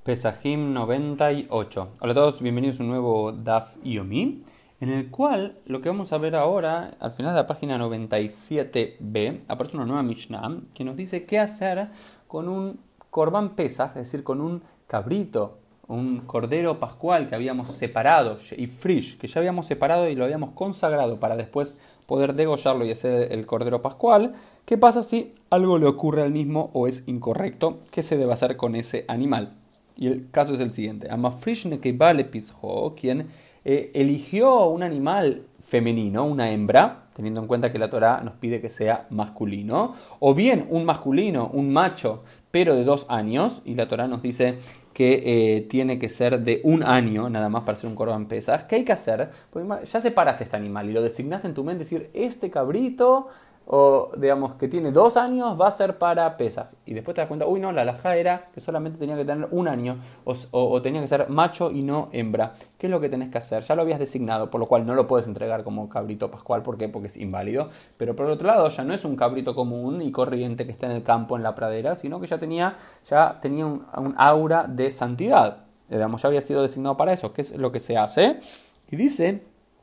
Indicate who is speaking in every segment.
Speaker 1: Pesajim 98. Hola a todos, bienvenidos a un nuevo Daf Yomi, en el cual lo que vamos a ver ahora, al final de la página 97b, aparece una nueva Mishnah que nos dice qué hacer con un Korban Pesaj, es decir, con un cabrito, un cordero pascual que habíamos separado, y frish, que ya habíamos separado y lo habíamos consagrado para después poder degollarlo y hacer el cordero pascual. ¿Qué pasa si algo le ocurre al mismo o es incorrecto? ¿Qué se debe hacer con ese animal? Y el caso es el siguiente. Amafrishne que vale pisjo, quien eligió un animal femenino, una hembra, teniendo en cuenta que la Torá nos pide que sea masculino, o bien un masculino, un macho, pero de 2 años, y la Torá nos dice que tiene que ser de 1 año, nada más para ser un Korban Pesaj. ¿Qué hay que hacer? Porque ya separaste este animal y lo designaste en tu mente, decir, este cabrito, o digamos que tiene 2 años, va a ser para Pesaj. Y después te das cuenta, uy no, la halajá era que solamente tenía que tener 1 año, o tenía que ser macho y no hembra. ¿Qué es lo que tenés que hacer? Ya lo habías designado, por lo cual no lo puedes entregar como cabrito pascual. ¿Por qué? Porque es inválido. Pero por el otro lado, ya no es un cabrito común y corriente que está en el campo, en la pradera, sino que ya tenía un aura de santidad. Digamos, ya había sido designado para eso. ¿Qué es lo que se hace? Y dice,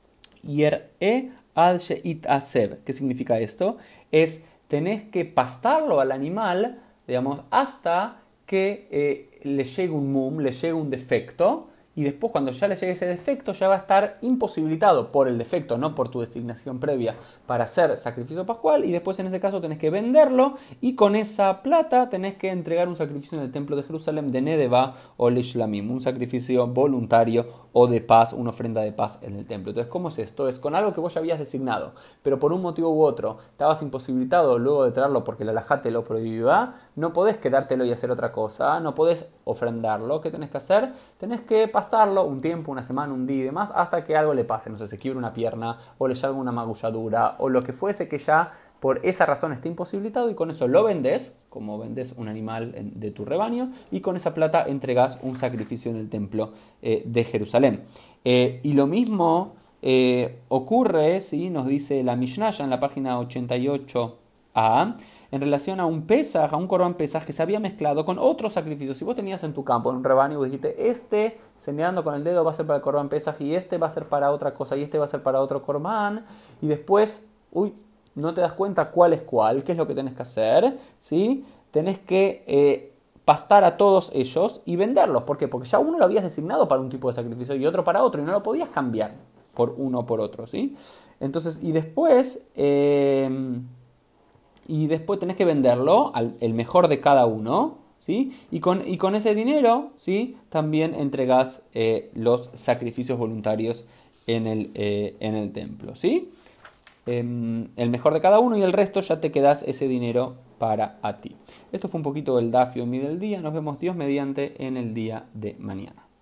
Speaker 1: ¿qué significa esto? Es tenés que pastarlo al animal, digamos, hasta que le llegue un mum, le llegue un defecto, y después cuando ya le llegue ese defecto ya va a estar imposibilitado por el defecto, no por tu designación previa para hacer sacrificio pascual, y después en ese caso tenés que venderlo y con esa plata tenés que entregar un sacrificio en el templo de Jerusalén de Nedeva o Lishlamim, un sacrificio voluntario o de paz, una ofrenda de paz en el templo. Entonces, ¿cómo es esto? Es con algo que vos ya habías designado, pero por un motivo u otro estabas imposibilitado luego de traerlo porque la halajá te lo prohibía, no podés quedártelo y hacer otra cosa, no podés ofrendarlo. ¿Qué tenés que hacer? Tenés que pastarlo un tiempo, una semana, un día y demás, hasta que algo le pase, no sé, se quiebre una pierna o le salga una magulladura o lo que fuese que ya por esa razón esté imposibilitado, y con eso lo vendés, como vendés un animal de tu rebaño, y con esa plata entregás un sacrificio en el templo de Jerusalén. Y lo mismo ocurre, ¿sí? Nos dice la Mishnah en la página 88a, en relación a un Pesaj, a un Korban Pesaj que se había mezclado con otros sacrificios. Si vos tenías en tu campo, en un rebaño, y vos dijiste, este, señalando con el dedo, va a ser para el Korban Pesaj, y este va a ser para otra cosa, y este va a ser para otro Korban, y después, no te das cuenta cuál es cuál, qué es lo que tenés que hacer, ¿sí? Tenés que pastar a todos ellos y venderlos. ¿Por qué? Porque ya uno lo habías designado para un tipo de sacrificio y otro para otro, y no lo podías cambiar por uno o por otro, ¿sí? Entonces, y después tenés que venderlo el mejor de cada uno, ¿sí? Y con ese dinero, ¿sí? También entregás los sacrificios voluntarios en el templo, ¿sí? El mejor de cada uno, y el resto ya te quedas ese dinero para a ti. Esto fue un poquito el Daf Yomi del día. Nos vemos Dios mediante en el día de mañana.